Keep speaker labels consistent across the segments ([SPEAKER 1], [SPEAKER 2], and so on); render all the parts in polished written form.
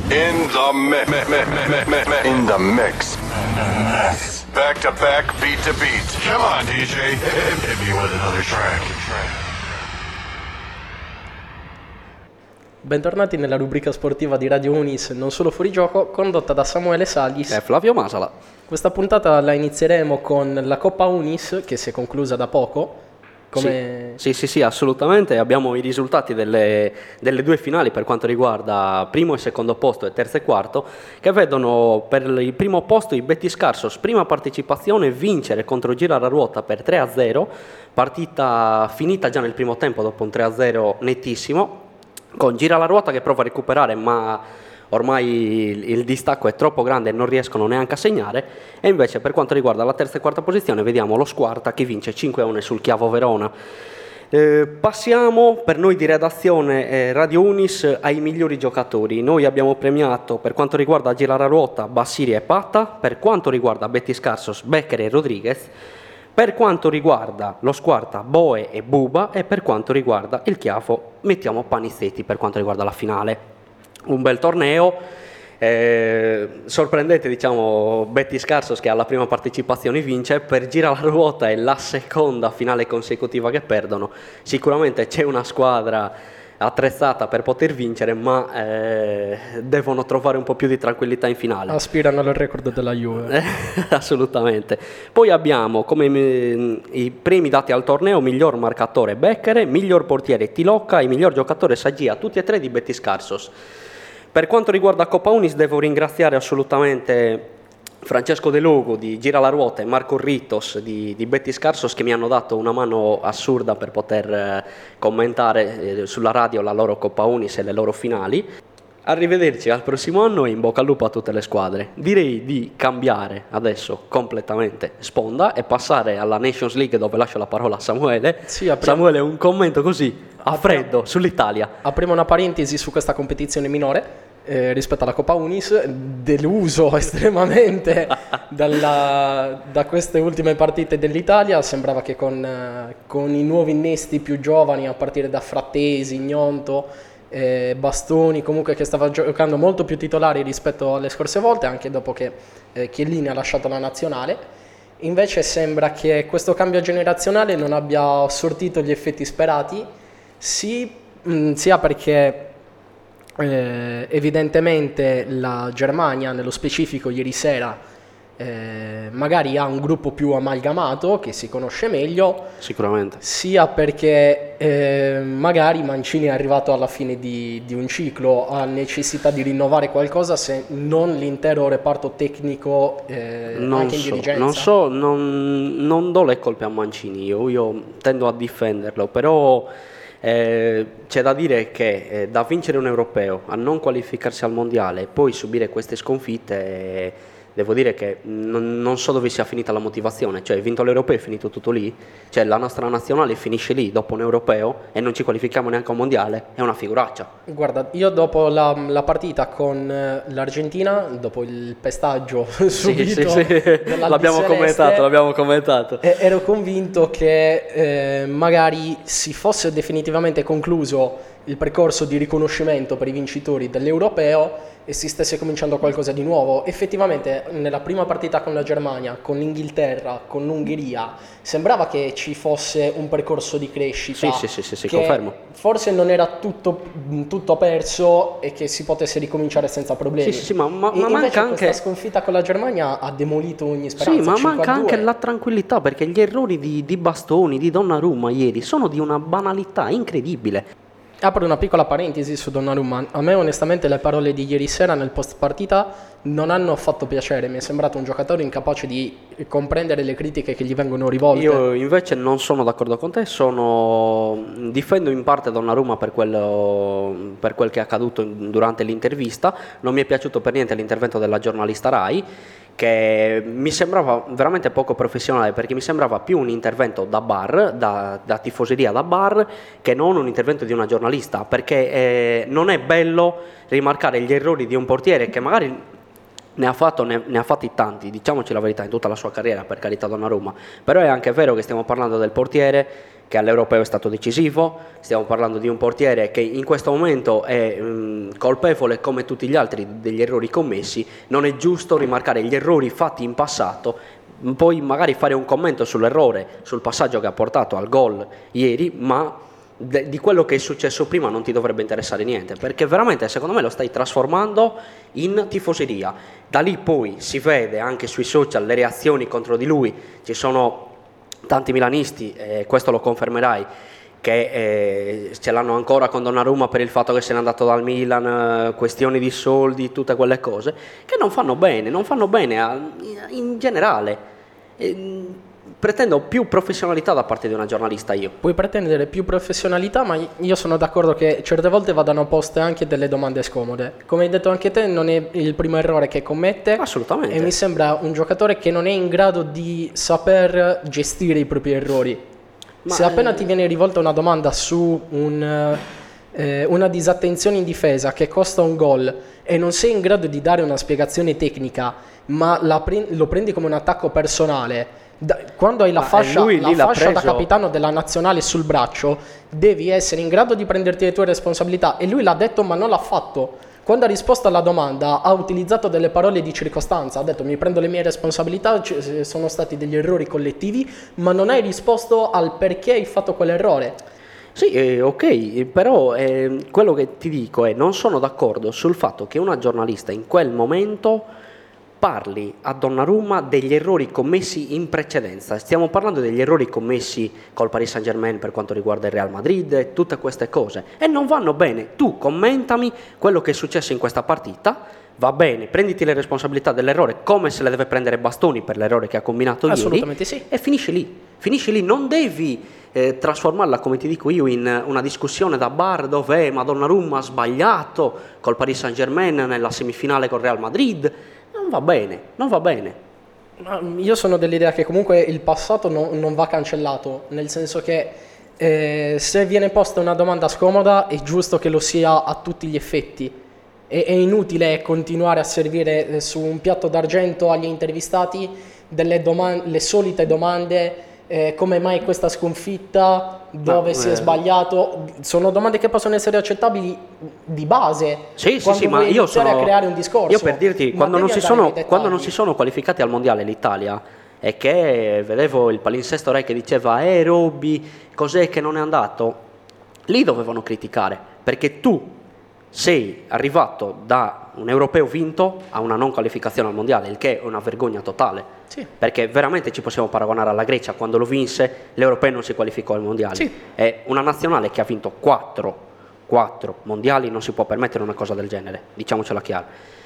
[SPEAKER 1] In the in the mix. Back to back, beat to beat. Come on, DJ. Hit me with another track.
[SPEAKER 2] Bentornati nella rubrica sportiva di Radio Unis Non Solo Fuori Gioco, condotta da Samuele Saglis
[SPEAKER 3] e Flavio Masala.
[SPEAKER 2] Questa puntata la inizieremo con la Coppa Unis, che si è conclusa da poco.
[SPEAKER 3] Sì, assolutamente. Abbiamo i risultati delle due finali per quanto riguarda primo e secondo posto e terzo e quarto, che vedono per il primo posto i Betis Carsos, prima partecipazione, vincere contro Girara Ruota per 3-0, partita finita già nel primo tempo dopo un 3-0 nettissimo, con Girara Ruota che prova a recuperare, ma ormai il distacco è troppo grande e non riescono neanche a segnare. E invece per quanto riguarda la terza e quarta posizione vediamo lo Squarta che vince 5-1 sul Chiavo Verona. Passiamo per noi di redazione Radio Unis ai migliori giocatori. Noi abbiamo premiato per quanto riguarda Girara Ruota Bassiri e Patta, per quanto riguarda Betis Carsos Becker e Rodriguez, per quanto riguarda lo Squarta Boe e Buba, e per quanto riguarda il Chiavo mettiamo Panizetti per quanto riguarda la finale. Un bel torneo, sorprendente Betis Carsos che alla prima partecipazione vince, per Gira la Ruota è la seconda finale consecutiva che perdono. Sicuramente c'è una squadra attrezzata per poter vincere, ma devono trovare un po' più di tranquillità in finale.
[SPEAKER 2] Aspirano al record della Juve.
[SPEAKER 3] Assolutamente. Poi abbiamo come i premi dati al torneo: miglior marcatore Becchere, miglior portiere Tilocca e miglior giocatore Saggia, tutti e tre di Betis Carsos. Per quanto riguarda Coppa Unis devo ringraziare assolutamente Francesco De Logo di Gira la Ruota e Marco Ritos di Betis Carsos, che mi hanno dato una mano assurda per poter commentare sulla radio la loro Coppa Unis e le loro finali. Arrivederci al prossimo anno e in bocca al lupo a tutte le squadre. Direi di cambiare adesso completamente sponda e passare alla Nations League, dove lascio la parola a Samuele. Samuele, un commento così a freddo sull'Italia.
[SPEAKER 2] Apriamo una parentesi su questa competizione minore rispetto alla Coppa Unis, deluso estremamente da queste ultime partite dell'Italia. Sembrava che con i nuovi innesti più giovani, a partire da Frattesi, Gnonto, Bastoni, comunque, che stava giocando molto più titolari rispetto alle scorse volte, anche dopo che Chiellini ha lasciato la nazionale. Invece sembra che questo cambio generazionale non abbia sortito gli effetti sperati, sia perché evidentemente la Germania, nello specifico ieri sera, magari ha un gruppo più amalgamato che si conosce meglio,
[SPEAKER 3] sicuramente,
[SPEAKER 2] sia perché magari Mancini è arrivato alla fine di un ciclo, ha necessità di rinnovare qualcosa, se non l'intero reparto tecnico, anche in dirigenza.
[SPEAKER 3] Non do le colpe a Mancini, io tendo a difenderlo, però c'è da dire che da vincere un europeo a non qualificarsi al mondiale e poi subire queste sconfitte, devo dire che non so dove sia finita la motivazione. Cioè, hai vinto l'europeo, è finito tutto lì? Cioè, la nostra nazionale finisce lì dopo un europeo e non ci qualifichiamo neanche a un mondiale? È una figuraccia.
[SPEAKER 2] Guarda, io dopo la partita con l'Argentina, dopo il pestaggio subito
[SPEAKER 3] l'abbiamo commentato,
[SPEAKER 2] ero convinto che magari si fosse definitivamente concluso il percorso di riconoscimento per i vincitori dell'europeo e si stesse cominciando qualcosa di nuovo. Effettivamente nella prima partita con la Germania, con l'Inghilterra, con l'Ungheria, sembrava che ci fosse un percorso di crescita.
[SPEAKER 3] Sì, confermo.
[SPEAKER 2] Forse non era tutto perso e che si potesse ricominciare senza problemi.
[SPEAKER 3] Ma manca anche
[SPEAKER 2] questa sconfitta con la Germania ha demolito ogni speranza.
[SPEAKER 3] Sì, ma manca anche la tranquillità, perché gli errori di Bastoni, di Donnarumma ieri sono di una banalità incredibile.
[SPEAKER 2] Apro una piccola parentesi su Donnarumma. A me onestamente le parole di ieri sera nel post partita non hanno fatto piacere. Mi è sembrato un giocatore incapace di comprendere le critiche che gli vengono rivolte.
[SPEAKER 3] Io invece non sono d'accordo con te, difendo in parte Donnarumma per quel che è accaduto durante l'intervista. Non mi è piaciuto per niente l'intervento della giornalista Rai, che mi sembrava veramente poco professionale, perché mi sembrava più un intervento da bar, da tifoseria da bar, che non un intervento di una giornalista, perché non è bello rimarcare gli errori di un portiere che magari ne ha fatti tanti, diciamoci la verità, in tutta la sua carriera, per carità Donnarumma, però è anche vero che stiamo parlando del portiere che all'Europeo è stato decisivo, stiamo parlando di un portiere che in questo momento è colpevole come tutti gli altri degli errori commessi. Non è giusto rimarcare gli errori fatti in passato, poi magari fare un commento sull'errore, sul passaggio che ha portato al gol ieri, ma di quello che è successo prima non ti dovrebbe interessare niente, perché veramente secondo me lo stai trasformando in tifoseria. Da lì poi si vede anche sui social le reazioni contro di lui, ci sono tanti milanisti, questo lo confermerai, che ce l'hanno ancora con Donnarumma per il fatto che se n'è andato dal Milan, questioni di soldi, tutte quelle cose che non fanno bene in generale. Pretendo più professionalità da parte di una giornalista io.
[SPEAKER 2] Puoi pretendere più professionalità, ma io sono d'accordo che certe volte vadano poste anche delle domande scomode. Come hai detto anche te, non è il primo errore che commette.
[SPEAKER 3] Assolutamente.
[SPEAKER 2] E mi sembra un giocatore che non è in grado di saper gestire i propri errori. Se appena ti viene rivolta una domanda su una disattenzione in difesa che costa un gol e non sei in grado di dare una spiegazione tecnica, ma lo prendi come un attacco personale, quando hai la fascia da capitano della nazionale sul braccio, devi essere in grado di prenderti le tue responsabilità, e lui l'ha detto ma non l'ha fatto. Quando ha risposto alla domanda ha utilizzato delle parole di circostanza, ha detto mi prendo le mie responsabilità, sono stati degli errori collettivi, ma non hai risposto al perché hai fatto quell'errore.
[SPEAKER 3] Sì, ok, però quello che ti dico è non sono d'accordo sul fatto che una giornalista in quel momento parli a Donnarumma degli errori commessi in precedenza. Stiamo parlando degli errori commessi col Paris Saint-Germain per quanto riguarda il Real Madrid e tutte queste cose, e non vanno bene. Tu commentami quello che è successo in questa partita, va bene, prenditi le responsabilità dell'errore come se le deve prendere Bastoni per l'errore che ha combinato ieri.
[SPEAKER 2] Assolutamente sì.
[SPEAKER 3] E finisci lì, non devi trasformarla, come ti dico io, in una discussione da bar dove Donnarumma ha sbagliato col Paris Saint-Germain nella semifinale col Real Madrid. Non va bene.
[SPEAKER 2] Io sono dell'idea che comunque il passato non va cancellato, nel senso che se viene posta una domanda scomoda è giusto che lo sia a tutti gli effetti. È inutile continuare a servire su un piatto d'argento agli intervistati le solite domande. Come mai questa sconfitta, dove si è sbagliato, sono domande che possono essere accettabili di base.
[SPEAKER 3] Sì, ma io sono
[SPEAKER 2] a creare un discorso.
[SPEAKER 3] Io per dirti, quando non si sono qualificati al mondiale l'Italia, e che vedevo il palinsesto re che diceva Robby, cos'è che non è andato, lì dovevano criticare, perché tu sei arrivato da un europeo vinto a una non qualificazione al mondiale, il che è una vergogna totale.
[SPEAKER 2] Sì.
[SPEAKER 3] Perché veramente ci possiamo paragonare alla Grecia, quando lo vinse l'europeo non si qualificò al mondiale.
[SPEAKER 2] Sì.
[SPEAKER 3] È una nazionale che ha vinto 4 mondiali, non si può permettere una cosa del genere, diciamocela chiara.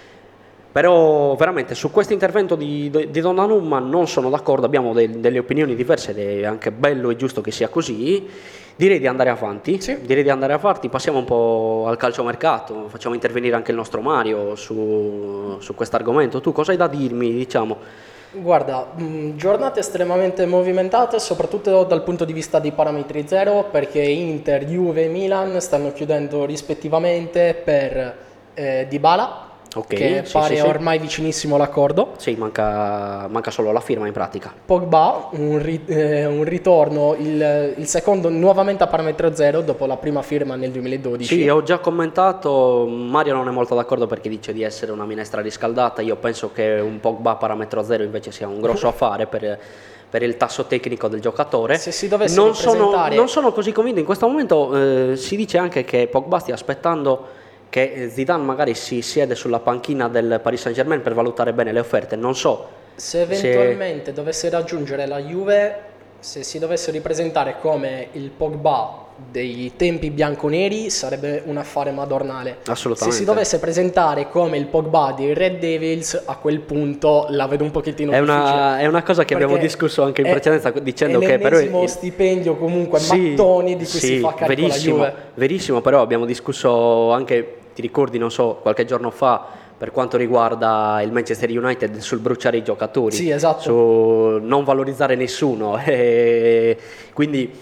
[SPEAKER 3] Però veramente su questo intervento di Donnarumma non sono d'accordo, abbiamo delle opinioni diverse ed è anche bello e giusto che sia così. Direi di andare avanti, passiamo un po' al calciomercato, facciamo intervenire anche il nostro Mario su questo argomento. Tu cosa hai da dirmi, diciamo?
[SPEAKER 2] Guarda, giornate estremamente movimentate, soprattutto dal punto di vista dei parametri zero, perché Inter, Juve e Milan stanno chiudendo rispettivamente per Dybala, che pare ormai vicinissimo l'accordo.
[SPEAKER 3] Sì, manca solo la firma in pratica.
[SPEAKER 2] Pogba, un ritorno, il secondo nuovamente a parametro zero dopo la prima firma nel 2012.
[SPEAKER 3] Sì, ho già commentato, Mario non è molto d'accordo perché dice di essere una minestra riscaldata. Io penso che un Pogba a parametro zero invece sia un grosso affare per il tasso tecnico del giocatore.
[SPEAKER 2] Se si dovesse ripresentare...
[SPEAKER 3] non sono così convinto in questo momento. Si dice anche che Pogba stia aspettando che Zidane magari si siede sulla panchina del Paris Saint-Germain per valutare bene le offerte. Non so
[SPEAKER 2] se eventualmente dovesse raggiungere la Juve, se si dovesse ripresentare come il Pogba dei tempi bianconeri, sarebbe un affare madornale.
[SPEAKER 3] Assolutamente.
[SPEAKER 2] Se si dovesse presentare come il Pogba dei Red Devils, a quel punto la vedo un pochettino difficile.
[SPEAKER 3] È una cosa che abbiamo discusso anche in precedenza, dicendo che però
[SPEAKER 2] l'ennesimo stipendio comunque mattoni di cui si fa carico la Juve.
[SPEAKER 3] Verissimo, però abbiamo discusso anche, ti ricordi, non so, qualche giorno fa, per quanto riguarda il Manchester United, sul bruciare i giocatori,
[SPEAKER 2] sì, esatto,
[SPEAKER 3] su non valorizzare nessuno, quindi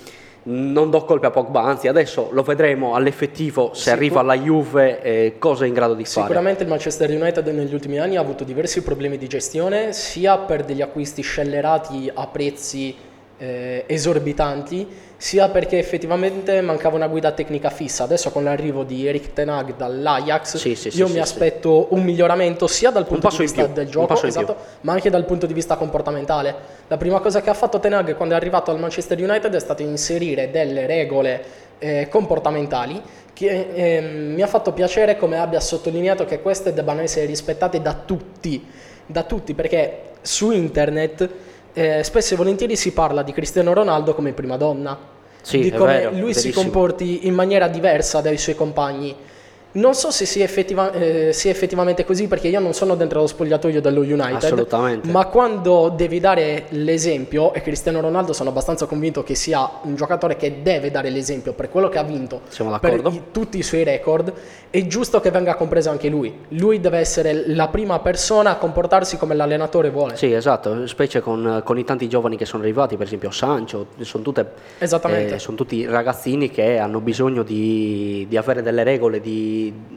[SPEAKER 3] non do colpe a Pogba, anzi adesso lo vedremo all'effettivo se arriva alla Juve cosa è in grado di fare.
[SPEAKER 2] Sicuramente il Manchester United negli ultimi anni ha avuto diversi problemi di gestione, sia per degli acquisti scellerati a prezzi esorbitanti, sia perché effettivamente mancava una guida tecnica fissa. Adesso con l'arrivo di Erik ten Hag dall'Ajax io mi aspetto un miglioramento sia dal punto di vista del gioco, esatto, ma anche dal punto di vista comportamentale. La prima cosa che ha fatto ten Hag quando è arrivato al Manchester United è stato inserire delle regole comportamentali che mi ha fatto piacere come abbia sottolineato che queste debbano essere rispettate da tutti, perché su internet spesso e volentieri si parla di Cristiano Ronaldo come prima donna, di come lui si comporti in maniera diversa dai suoi compagni. Non so se sia effettivamente così, perché io non sono dentro lo spogliatoio dello United.
[SPEAKER 3] Assolutamente.
[SPEAKER 2] Ma quando devi dare l'esempio, e Cristiano Ronaldo sono abbastanza convinto che sia un giocatore che deve dare l'esempio per quello che ha vinto, per tutti i suoi record, è giusto che venga compreso anche lui. Lui deve essere la prima persona a comportarsi come l'allenatore vuole.
[SPEAKER 3] Sì, esatto, specie con i tanti giovani che sono arrivati, per esempio Sancho, sono tutti ragazzini che hanno bisogno di avere delle regole, di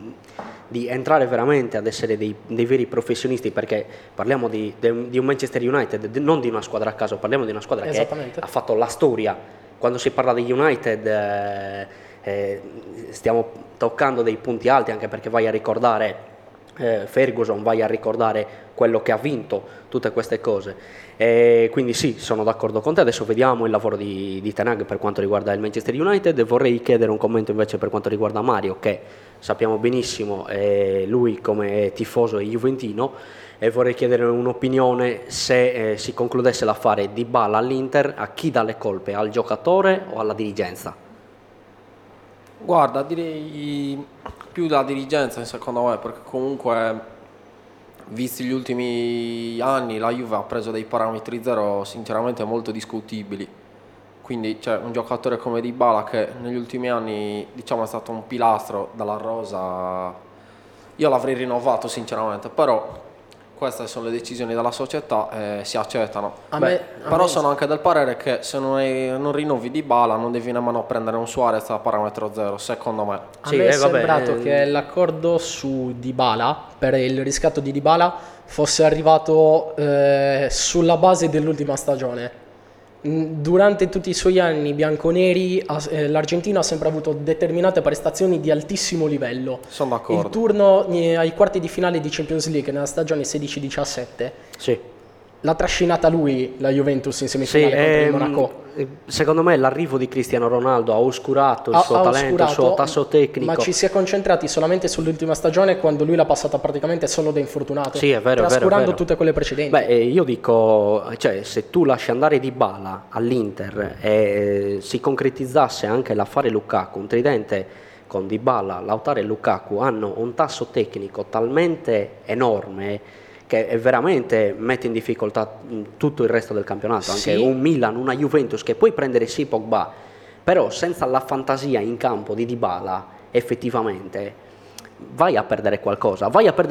[SPEAKER 3] entrare veramente ad essere dei veri professionisti, perché parliamo di un Manchester United, non di una squadra a caso, parliamo di una squadra che ha fatto la storia. Quando si parla di United stiamo toccando dei punti alti, anche perché vai a ricordare Ferguson, vai a ricordare quello che ha vinto, tutte queste cose. Quindi sì, sono d'accordo con te. Adesso vediamo il lavoro di Ten Hag per quanto riguarda il Manchester United. Vorrei chiedere un commento invece per quanto riguarda Mario, che sappiamo benissimo lui come tifoso e juventino, e vorrei chiedere un'opinione se si concludesse l'affare Dybala all'Inter, a chi dà le colpe, al giocatore o alla dirigenza?
[SPEAKER 4] Guarda, direi più la dirigenza secondo me, perché comunque visti gli ultimi anni la Juve ha preso dei parametri zero sinceramente molto discutibili. Quindi c'è un giocatore come Dybala che negli ultimi anni diciamo è stato un pilastro dalla rosa, io l'avrei rinnovato sinceramente, però queste sono le decisioni della società e si accettano. Però sono anche del parere che se non rinnovi Dybala non devi nemmeno prendere un Suarez a parametro zero, secondo me.
[SPEAKER 2] A me è sembrato che l'accordo su Dybala, per il riscatto di Dybala, fosse arrivato sulla base dell'ultima stagione. Durante tutti i suoi anni bianconeri l'argentino ha sempre avuto determinate prestazioni di altissimo livello.
[SPEAKER 4] Sono d'accordo.
[SPEAKER 2] Il turno ai quarti di finale di Champions League nella stagione 16-17 l'ha trascinata lui, la Juventus, in semifinale contro il Monaco.
[SPEAKER 3] Secondo me l'arrivo di Cristiano Ronaldo ha oscurato il suo talento, il suo tasso tecnico.
[SPEAKER 2] Ma ci si è concentrati solamente sull'ultima stagione, quando lui l'ha passata praticamente solo da infortunato,
[SPEAKER 3] sì, è vero,
[SPEAKER 2] trascurando tutte quelle precedenti.
[SPEAKER 3] Io dico, cioè, se tu lasci andare Dybala all'Inter e si concretizzasse anche l'affare Lukaku, un tridente con Dybala, Lautaro e Lukaku hanno un tasso tecnico talmente enorme che veramente mette in difficoltà tutto il resto del campionato, anche un Milan, una Juventus, che puoi prendere sì Pogba, però senza la fantasia in campo di Dybala effettivamente vai a perdere qualcosa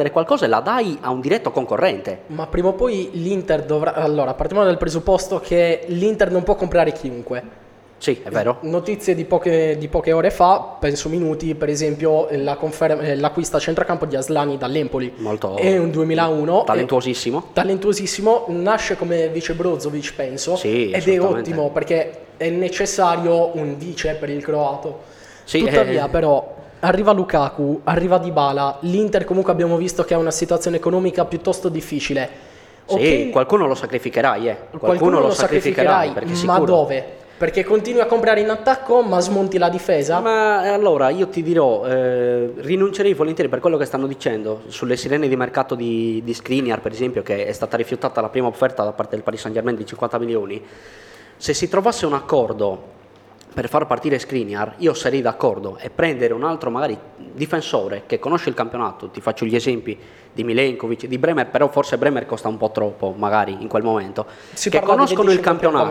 [SPEAKER 3] e la dai a un diretto concorrente.
[SPEAKER 2] Ma prima o poi l'Inter dovrà, allora partiamo dal presupposto che l'Inter non può comprare chiunque.
[SPEAKER 3] Sì, è vero.
[SPEAKER 2] Notizie di poche ore fa, penso minuti, per esempio l'acquisto a centrocampo di Aslani dall'Empoli. È un 2001. Talentuosissimo, nasce come vice Brozovic, penso, ed è ottimo perché è necessario un vice per il croato. Tuttavia però arriva Lukaku, arriva Dybala, l'Inter comunque abbiamo visto che ha una situazione economica piuttosto difficile.
[SPEAKER 3] Sì, qualcuno lo sacrificherai, qualcuno lo sacrificherai,
[SPEAKER 2] ma dove? Perché continui a comprare in attacco ma smonti la difesa?
[SPEAKER 3] Ma allora io ti dirò, rinuncerei volentieri, per quello che stanno dicendo sulle sirene di mercato di Skriniar, per esempio, che è stata rifiutata la prima offerta da parte del Paris Saint-Germain di 50 milioni. Se si trovasse un accordo per far partire Skriniar, io sarei d'accordo, e prendere un altro magari difensore che conosce il campionato. Ti faccio gli esempi di Milenkovic, di Bremer, però forse Bremer costa un po' troppo magari in quel momento, che conoscono il campionato,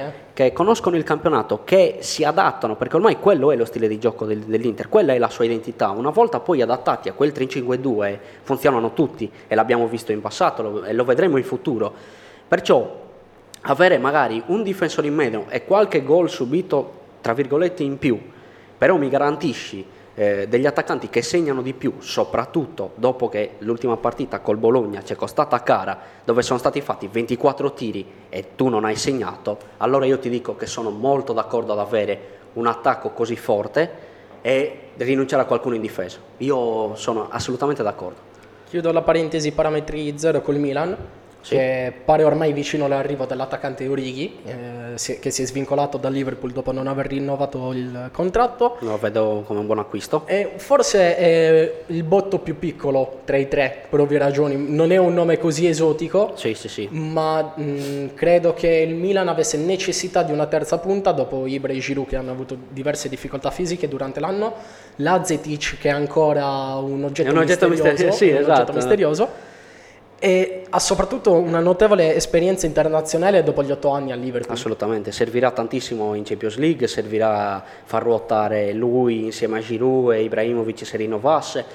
[SPEAKER 3] che si adattano, perché ormai quello è lo stile di gioco dell'Inter, quella è la sua identità. Una volta poi adattati a quel 3-5-2 funzionano tutti, e l'abbiamo visto in passato e lo vedremo in futuro. Perciò avere magari un difensore in meno e qualche gol subito tra virgolette in più, però mi garantisci degli attaccanti che segnano di più, soprattutto dopo che l'ultima partita col Bologna ci è costata cara, dove sono stati fatti 24 tiri e tu non hai segnato, allora io ti dico che sono molto d'accordo ad avere un attacco così forte e rinunciare a qualcuno in difesa. Io sono assolutamente d'accordo.
[SPEAKER 2] Chiudo la parentesi parametri zero col Milan,
[SPEAKER 3] Sì.
[SPEAKER 2] che pare ormai vicino all'arrivo dell'attaccante Origi, che si è svincolato dal Liverpool dopo non aver rinnovato il contratto.
[SPEAKER 3] Lo vedo come un buon acquisto.
[SPEAKER 2] E forse è il botto più piccolo tra i tre, per ovvie ragioni. Non è un nome così esotico,
[SPEAKER 3] Sì.
[SPEAKER 2] ma credo che il Milan avesse necessità di una terza punta dopo Ibra e Giroud, che hanno avuto diverse difficoltà fisiche durante l'anno, Lazetic, che è ancora un oggetto misterioso,
[SPEAKER 3] sì,
[SPEAKER 2] un
[SPEAKER 3] esatto.
[SPEAKER 2] oggetto misterioso, e ha soprattutto una notevole esperienza internazionale dopo gli 8 anni al Liverpool.
[SPEAKER 3] Assolutamente, servirà tantissimo in Champions League, servirà far ruotare lui insieme a Giroud e Ibrahimovic se rinnovasse.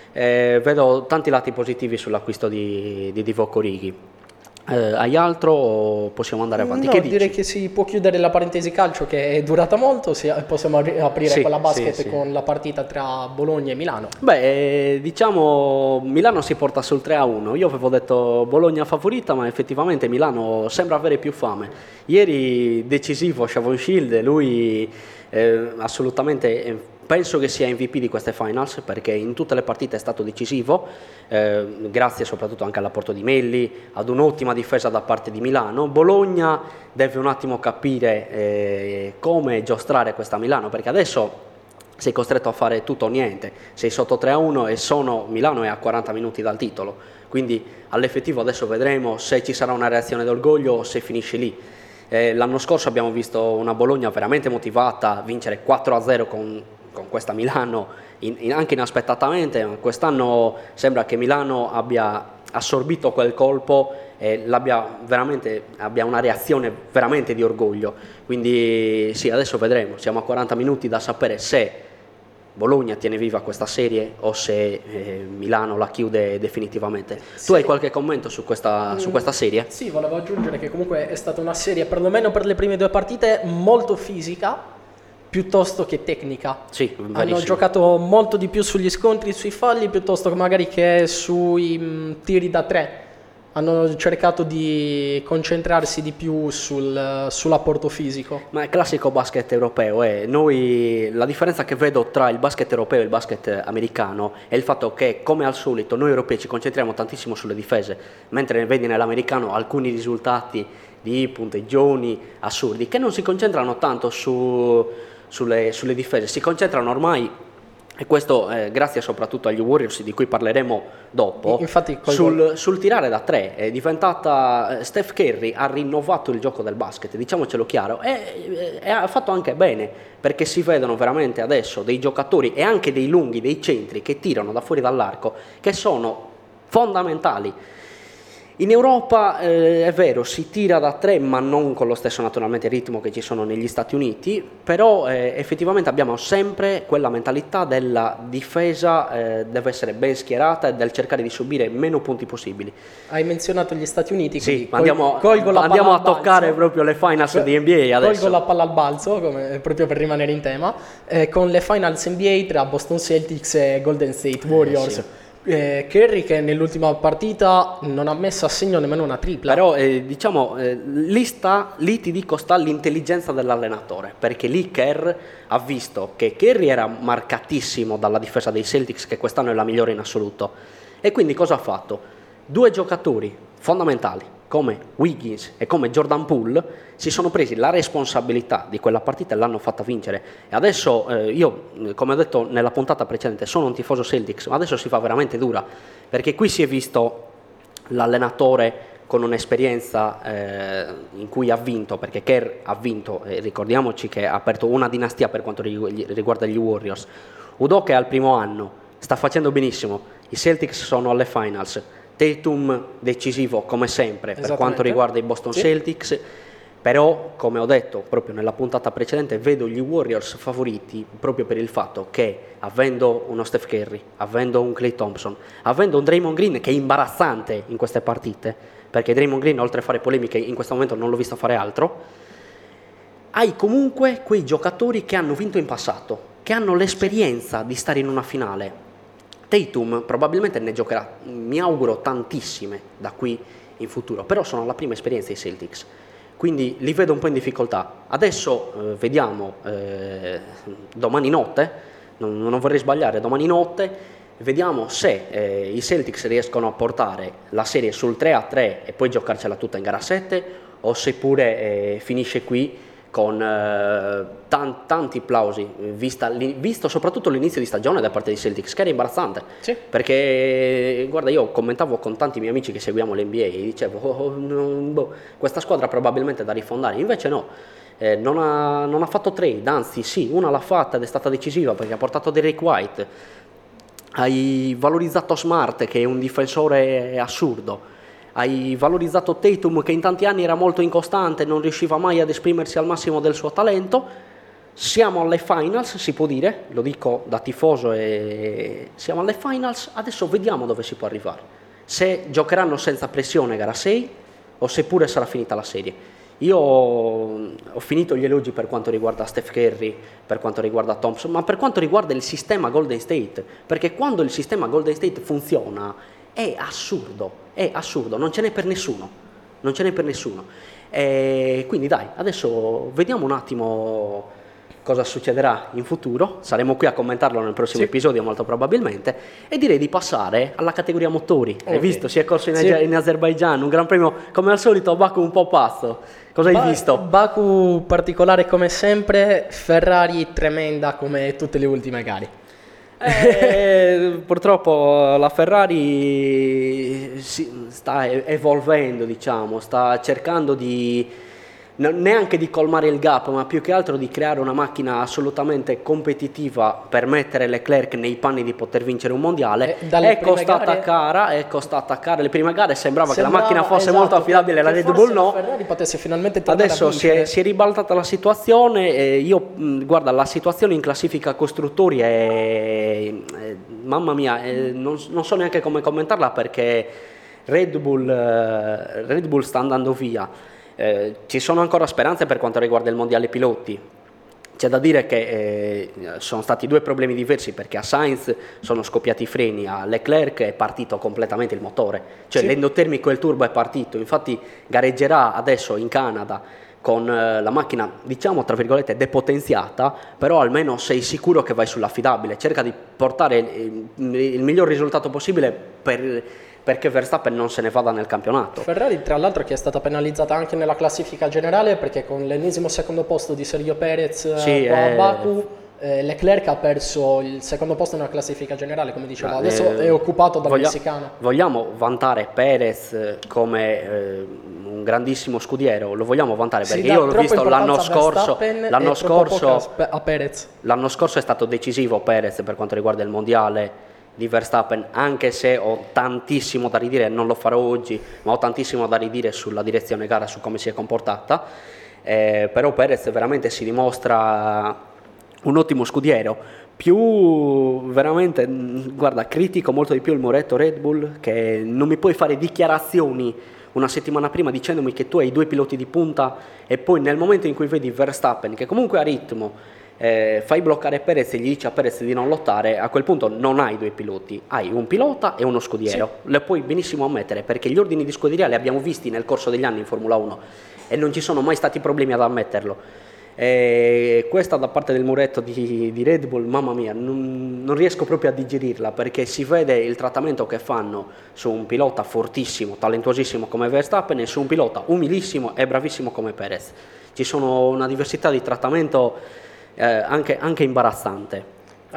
[SPEAKER 3] Vedo tanti lati positivi sull'acquisto di Divock Origi. Hai altro o possiamo andare avanti?
[SPEAKER 2] No,
[SPEAKER 3] Che
[SPEAKER 2] direi
[SPEAKER 3] dici?
[SPEAKER 2] che si può chiudere la parentesi calcio, che è durata molto, possiamo aprire
[SPEAKER 3] Sì,
[SPEAKER 2] quella basket
[SPEAKER 3] sì.
[SPEAKER 2] con la partita tra Bologna e Milano.
[SPEAKER 3] Beh, diciamo Milano si porta sul 3-1. Io avevo detto Bologna favorita, ma effettivamente Milano sembra avere più fame. Ieri decisivo Shavon Shield, lui assolutamente penso che sia MVP di queste finals, perché in tutte le partite è stato decisivo, grazie soprattutto anche all'apporto di Melli, ad un'ottima difesa da parte di Milano. Bologna deve un attimo capire come giostrare questa Milano, perché adesso sei costretto a fare tutto o niente, sei sotto 3-1 e Milano è a 40 minuti dal titolo, quindi all'effettivo adesso vedremo se ci sarà una reazione d'orgoglio o se finisce lì. L'anno scorso abbiamo visto una Bologna veramente motivata, vincere 4-0 con questa Milano anche inaspettatamente, ma quest'anno sembra che Milano abbia assorbito quel colpo e abbia una reazione veramente di orgoglio. Quindi sì, adesso vedremo, siamo a 40 minuti da sapere se Bologna tiene viva questa serie o se Milano la chiude definitivamente.
[SPEAKER 2] Sì.
[SPEAKER 3] Tu hai qualche commento su questa serie?
[SPEAKER 2] Sì, volevo aggiungere che comunque è stata una serie, perlomeno per le prime 2 partite, molto fisica piuttosto che tecnica.
[SPEAKER 3] Sì,
[SPEAKER 2] Hanno
[SPEAKER 3] verissimo.
[SPEAKER 2] giocato molto di più sugli scontri, sui falli, piuttosto che magari che sui tiri da 3. Hanno cercato di concentrarsi di più sull'apporto fisico.
[SPEAKER 3] Ma è classico basket europeo. La differenza che vedo tra il basket europeo e il basket americano è il fatto che, come al solito, noi europei ci concentriamo tantissimo sulle difese, mentre vedi nell'americano alcuni risultati di punteggioni assurdi che non si concentrano tanto sulle difese, si concentrano ormai, e questo grazie soprattutto agli Warriors di cui parleremo dopo.
[SPEAKER 2] Infatti
[SPEAKER 3] sul tirare da 3 è diventata Steph Curry ha rinnovato il gioco del basket, diciamocelo chiaro, e ha fatto anche bene, perché si vedono veramente adesso dei giocatori e anche dei lunghi, dei centri che tirano da fuori dall'arco, che sono fondamentali. In Europa è vero, si tira da 3, ma non con lo stesso naturalmente ritmo che ci sono negli Stati Uniti, però effettivamente abbiamo sempre quella mentalità della difesa deve essere ben schierata e del cercare di subire meno punti possibili.
[SPEAKER 2] Hai menzionato gli Stati Uniti,
[SPEAKER 3] Sì,
[SPEAKER 2] quindi
[SPEAKER 3] andiamo a toccare proprio le finals di NBA adesso.
[SPEAKER 2] Colgo la palla al balzo, proprio per rimanere in tema, con le finals NBA tra Boston Celtics e Golden State Warriors.
[SPEAKER 3] Sì.
[SPEAKER 2] Curry che nell'ultima partita non ha messo a segno nemmeno una tripla.
[SPEAKER 3] Però lì ti dico sta l'intelligenza dell'allenatore, perché lì Kerr ha visto che Curry era marcatissimo dalla difesa dei Celtics, che quest'anno è la migliore in assoluto, e quindi cosa ha fatto? 2 giocatori fondamentali come Wiggins e come Jordan Poole si sono presi la responsabilità di quella partita e l'hanno fatta vincere. E adesso io, come ho detto nella puntata precedente, sono un tifoso Celtics, ma adesso si fa veramente dura, perché qui si è visto l'allenatore con un'esperienza in cui ha vinto, perché Kerr ha vinto, ricordiamoci che ha aperto una dinastia per quanto riguarda gli Warriors. Udoka è al primo anno, sta facendo benissimo, i Celtics sono alle finals, Tatum decisivo come sempre per quanto riguarda i Boston Celtics, però come ho detto proprio nella puntata precedente vedo gli Warriors favoriti proprio per il fatto che, avendo uno Steph Curry, avendo un Klay Thompson, avendo un Draymond Green che è imbarazzante in queste partite, perché Draymond Green oltre a fare polemiche in questo momento non l'ho visto fare altro, hai comunque quei giocatori che hanno vinto in passato, che hanno l'esperienza di stare in una finale. Tatum probabilmente ne giocherà, mi auguro, tantissime da qui in futuro, però sono la prima esperienza ai Celtics, quindi li vedo un po' in difficoltà. Adesso vediamo domani notte, non vorrei sbagliare, domani notte vediamo se i Celtics riescono a portare la serie sul 3-3 e poi giocarcela tutta in gara 7, o seppure finisce qui con tanti applausi, visto soprattutto l'inizio di stagione da parte dei Celtics, che era imbarazzante.
[SPEAKER 2] Sì.
[SPEAKER 3] Perché, guarda, io commentavo con tanti miei amici che seguiamo l'NBA e dicevo, questa squadra probabilmente è da rifondare, invece no. Non ha fatto trade, anzi sì, una l'ha fatta ed è stata decisiva perché ha portato Derrick White, hai valorizzato Smart che è un difensore assurdo, hai valorizzato Tatum che in tanti anni era molto incostante, non riusciva mai ad esprimersi al massimo del suo talento. Siamo alle finals, si può dire, lo dico da tifoso, e siamo alle finals, adesso vediamo dove si può arrivare, se giocheranno senza pressione gara 6 o seppure sarà finita la serie. Io ho finito gli elogi per quanto riguarda Steph Curry, per quanto riguarda Thompson, ma per quanto riguarda il sistema Golden State, perché quando il sistema Golden State funziona è assurdo, non ce n'è per nessuno, E quindi dai, adesso vediamo un attimo cosa succederà in futuro, saremo qui a commentarlo nel prossimo episodio molto probabilmente, e direi di passare alla categoria motori. Hai visto, si è corso in Azerbaigian, un gran premio come al solito, Baku un po' pazzo, cosa hai visto?
[SPEAKER 2] Baku particolare come sempre, Ferrari tremenda come tutte le ultime gare.
[SPEAKER 3] Purtroppo la Ferrari sta evolvendo, diciamo, sta cercando neanche di colmare il gap, ma più che altro di creare una macchina assolutamente competitiva per mettere Leclerc nei panni di poter vincere un mondiale. È costata cara. Le prime gare sembrava che la macchina fosse molto affidabile, la Red Bull no.
[SPEAKER 2] La Ferrari potesse finalmente tornare
[SPEAKER 3] adesso
[SPEAKER 2] a vincere.
[SPEAKER 3] si è ribaltata la situazione, guarda, la situazione in classifica costruttori è mamma mia, non so neanche come commentarla, perché Red Bull sta andando via. Ci sono ancora speranze per quanto riguarda il mondiale piloti. C'è da dire che sono stati due problemi diversi, perché a Sainz sono scoppiati i freni, a Leclerc è partito completamente il motore, cioè l'endotermico e il turbo è partito, infatti gareggerà adesso in Canada con la macchina, diciamo tra virgolette, depotenziata, però almeno sei sicuro che vai sull'affidabile, cerca di portare il miglior risultato possibile perché Verstappen non se ne vada nel campionato.
[SPEAKER 2] Ferrari, tra l'altro, che è stata penalizzata anche nella classifica generale, perché con l'ennesimo secondo posto di Sergio Perez a Baku, Leclerc ha perso il secondo posto nella classifica generale, come dicevo, adesso è occupato dal messicano.
[SPEAKER 3] Vogliamo vantare Perez come un grandissimo scudiero, lo vogliamo vantare perché io l'ho visto l'anno scorso
[SPEAKER 2] a Perez.
[SPEAKER 3] L'anno scorso è stato decisivo Perez per quanto riguarda il mondiale di Verstappen, anche se ho tantissimo da ridire, non lo farò oggi, ma ho tantissimo da ridire sulla direzione gara, su come si è comportata, però Perez veramente si dimostra un ottimo scudiero. Più veramente, guarda, critico molto di più il muretto Red Bull, che non mi puoi fare dichiarazioni una settimana prima dicendomi che tu hai due piloti di punta e poi nel momento in cui vedi Verstappen che comunque ha ritmo, fai bloccare Perez e gli dici a Perez di non lottare, a quel punto non hai due piloti, hai un pilota e uno scudiero. Le puoi benissimo ammettere, perché gli ordini di scuderia li abbiamo visti nel corso degli anni in Formula 1 e non ci sono mai stati problemi ad ammetterlo. Questa da parte del muretto di Red Bull, mamma mia, non riesco proprio a digerirla, perché si vede il trattamento che fanno su un pilota fortissimo, talentuosissimo come Verstappen e su un pilota umilissimo e bravissimo come Perez. Ci sono una diversità di trattamento anche imbarazzante.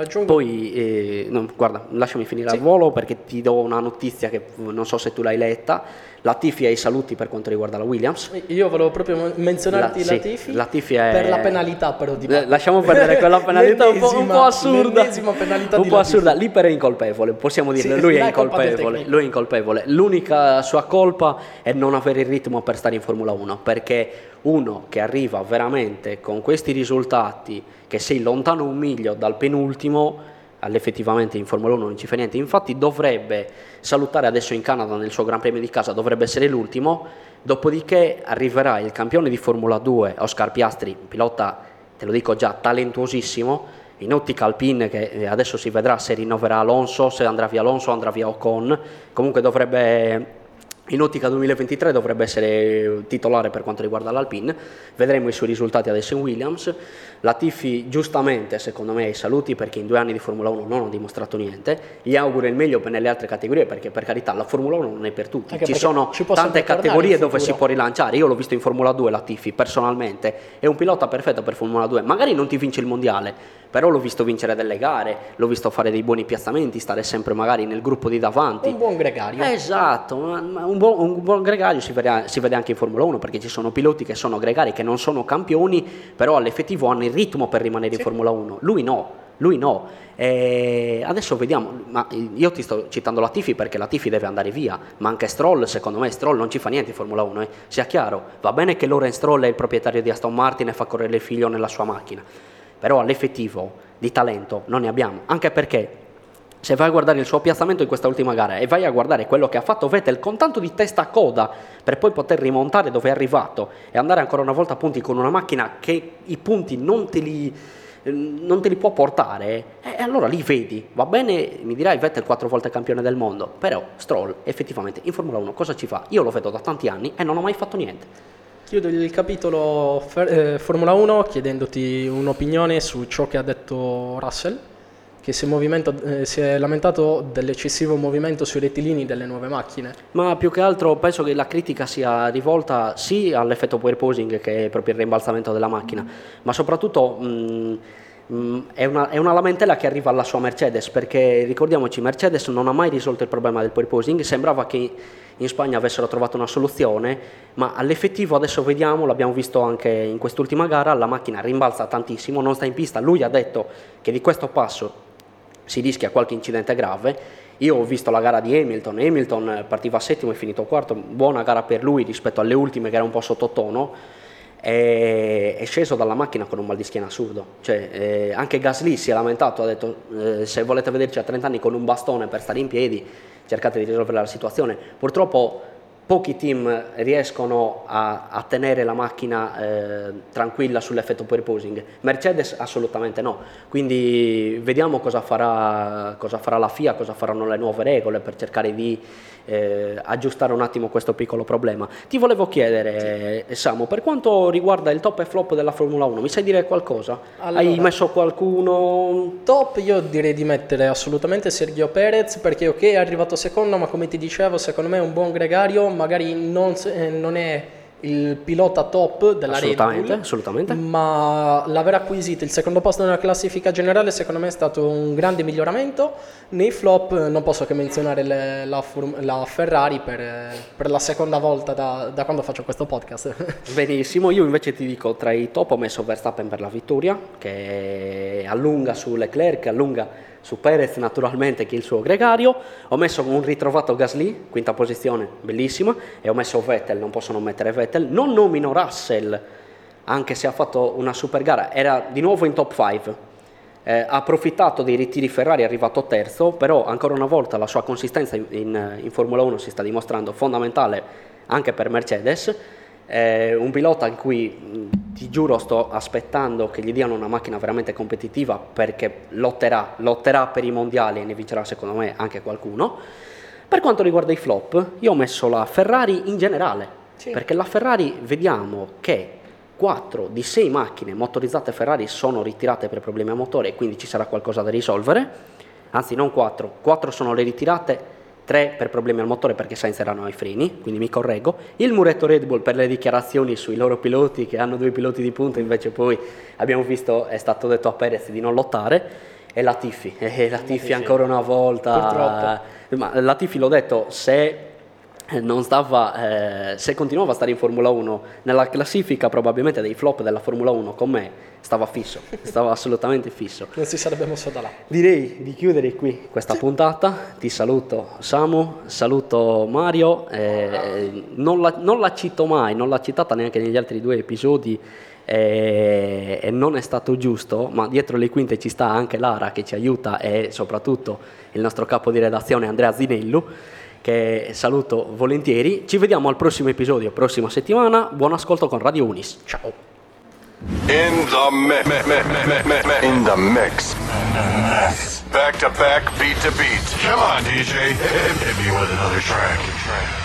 [SPEAKER 3] Poi guarda, lasciami finire al volo, perché ti do una notizia che non so se tu l'hai letta. Latifi ha i saluti per quanto riguarda la Williams.
[SPEAKER 2] Io volevo proprio menzionarti
[SPEAKER 3] Latifi è...
[SPEAKER 2] per la penalità, però
[SPEAKER 3] lasciamo perdere quella penalità un po' assurda,
[SPEAKER 2] penalità
[SPEAKER 3] un po' assurda. L'Iper è incolpevole, possiamo dirlo, lui è incolpevole. L'unica sua colpa è non avere il ritmo per stare in Formula 1, perché uno che arriva veramente con questi risultati, che sei lontano un miglio dal penultimo, effettivamente in Formula 1 non ci fa niente, infatti dovrebbe salutare adesso in Canada nel suo Gran Premio di casa, dovrebbe essere l'ultimo, dopodiché arriverà il campione di Formula 2 Oscar Piastri, pilota, te lo dico già, talentuosissimo, in ottica Alpine, che adesso si vedrà se rinnoverà Alonso, se andrà via Alonso o andrà via Ocon, comunque dovrebbe, in ottica 2023 dovrebbe essere titolare per quanto riguarda l'Alpine, vedremo i suoi risultati adesso in Williams. Latifi giustamente secondo me ai saluti, perché in 2 anni di Formula 1 non ha dimostrato niente, gli auguro il meglio nelle altre categorie, perché per carità la Formula 1 non è per tutti,
[SPEAKER 2] Anche
[SPEAKER 3] ci sono tante categorie dove si può rilanciare. Io l'ho visto in Formula 2 Latifi, personalmente è un pilota perfetto per Formula 2, magari non ti vince il mondiale, però l'ho visto vincere delle gare, l'ho visto fare dei buoni piazzamenti, stare sempre magari nel gruppo di davanti.
[SPEAKER 2] Un buon gregario.
[SPEAKER 3] Esatto, ma un buon gregario si vede anche in Formula 1, perché ci sono piloti che sono gregari, che non sono campioni, però all'effettivo hanno il ritmo per rimanere in Formula 1. Lui no. Adesso vediamo, ma io ti sto citando Latifi perché Latifi deve andare via, ma anche Stroll, secondo me Stroll non ci fa niente in Formula 1, sia chiaro. Va bene che Lawrence Stroll è il proprietario di Aston Martin e fa correre il figlio nella sua macchina, però all'effettivo di talento non ne abbiamo, anche perché se vai a guardare il suo piazzamento in questa ultima gara e vai a guardare quello che ha fatto Vettel con tanto di testa a coda per poi poter rimontare dove è arrivato e andare ancora una volta a punti con una macchina che i punti non te li può portare, allora lì vedi, va bene, mi dirai Vettel 4 volte campione del mondo, però Stroll effettivamente in Formula 1 cosa ci fa? Io lo vedo da tanti anni e non ho mai fatto niente.
[SPEAKER 2] Chiudo il capitolo Formula 1 chiedendoti un'opinione su ciò che ha detto Russell, che si è lamentato dell'eccessivo movimento sui rettilini delle nuove macchine.
[SPEAKER 3] Ma più che altro penso che la critica sia rivolta sì all'effetto porpoising, che è proprio il rimbalzamento della macchina, ma soprattutto è una lamentela che arriva alla sua Mercedes, perché ricordiamoci, Mercedes non ha mai risolto il problema del porpoising, sembrava che in Spagna avessero trovato una soluzione, ma all'effettivo adesso vediamo, l'abbiamo visto anche in quest'ultima gara, la macchina rimbalza tantissimo, non sta in pista. Lui ha detto che di questo passo si rischia qualche incidente grave. Io ho visto la gara di Hamilton partiva settimo e finito quarto, buona gara per lui rispetto alle ultime che era un po' sottotono, è sceso dalla macchina con un mal di schiena assurdo, cioè, anche Gasly si è lamentato, ha detto se volete vederci a 30 anni con un bastone per stare in piedi cercate di risolvere la situazione. Purtroppo pochi team riescono a tenere la macchina tranquilla sull'effetto porpoising, Mercedes assolutamente no, quindi vediamo cosa farà la FIA, cosa faranno le nuove regole per cercare di aggiustare un attimo questo piccolo problema. Ti volevo chiedere, Samu, per quanto riguarda il top e flop della Formula 1, mi sai dire qualcosa?
[SPEAKER 2] Allora,
[SPEAKER 3] hai messo qualcuno?
[SPEAKER 2] Top, io direi di mettere assolutamente Sergio Perez, perché ok è arrivato secondo, ma come ti dicevo secondo me è un buon gregario, magari non è il pilota top della Red Bull,
[SPEAKER 3] assolutamente,
[SPEAKER 2] ma l'aver acquisito il secondo posto nella classifica generale secondo me è stato un grande miglioramento. Nei flop non posso che menzionare la Ferrari per la seconda volta da quando faccio questo podcast.
[SPEAKER 3] Benissimo, io invece ti dico, tra i top ho messo Verstappen per la vittoria, che allunga su Leclerc, allunga su Perez naturalmente, che è il suo gregario. Ho messo un ritrovato Gasly, quinta posizione, bellissima, e ho messo Vettel, non posso non mettere Vettel. Non nomino Russell, anche se ha fatto una super gara, era di nuovo in top 5, ha approfittato dei ritiri Ferrari, è arrivato terzo, però ancora una volta la sua consistenza in Formula 1 si sta dimostrando fondamentale anche per Mercedes. Un pilota in cui ti giuro sto aspettando che gli diano una macchina veramente competitiva, perché lotterà per i mondiali e ne vincerà secondo me anche qualcuno. Per quanto riguarda i flop, io ho messo la Ferrari in generale, perché la Ferrari vediamo che 4 di 6 macchine motorizzate Ferrari sono ritirate per problemi a motore e quindi ci sarà qualcosa da risolvere, anzi non 4 sono le ritirate, 3 per problemi al motore perché Sainz erano ai freni, quindi mi correggo. Il muretto Red Bull per le dichiarazioni sui loro piloti, che hanno 2 piloti di punta, invece poi abbiamo visto è stato detto a Perez di non lottare. E Latifi ancora una volta,
[SPEAKER 2] purtroppo.
[SPEAKER 3] Ma Latifi, l'ho detto, se continuava a stare in Formula 1 nella classifica probabilmente dei flop della Formula 1 con me stava assolutamente fisso.
[SPEAKER 2] Non si sarebbe mosso da là.
[SPEAKER 3] Direi di chiudere qui questa puntata. Ti saluto Samu, saluto Mario, non la cito mai, non l'ha citata neanche negli altri 2 episodi, e non è stato giusto, ma dietro le quinte ci sta anche Lara che ci aiuta e soprattutto il nostro capo di redazione Andrea Zinellu, che saluto volentieri. Ci vediamo al prossimo episodio, prossima settimana. Buon ascolto con Radio Unis. Ciao.
[SPEAKER 1] In the mix. Back to back, beat to beat. Come on, DJ. Hit me with another track.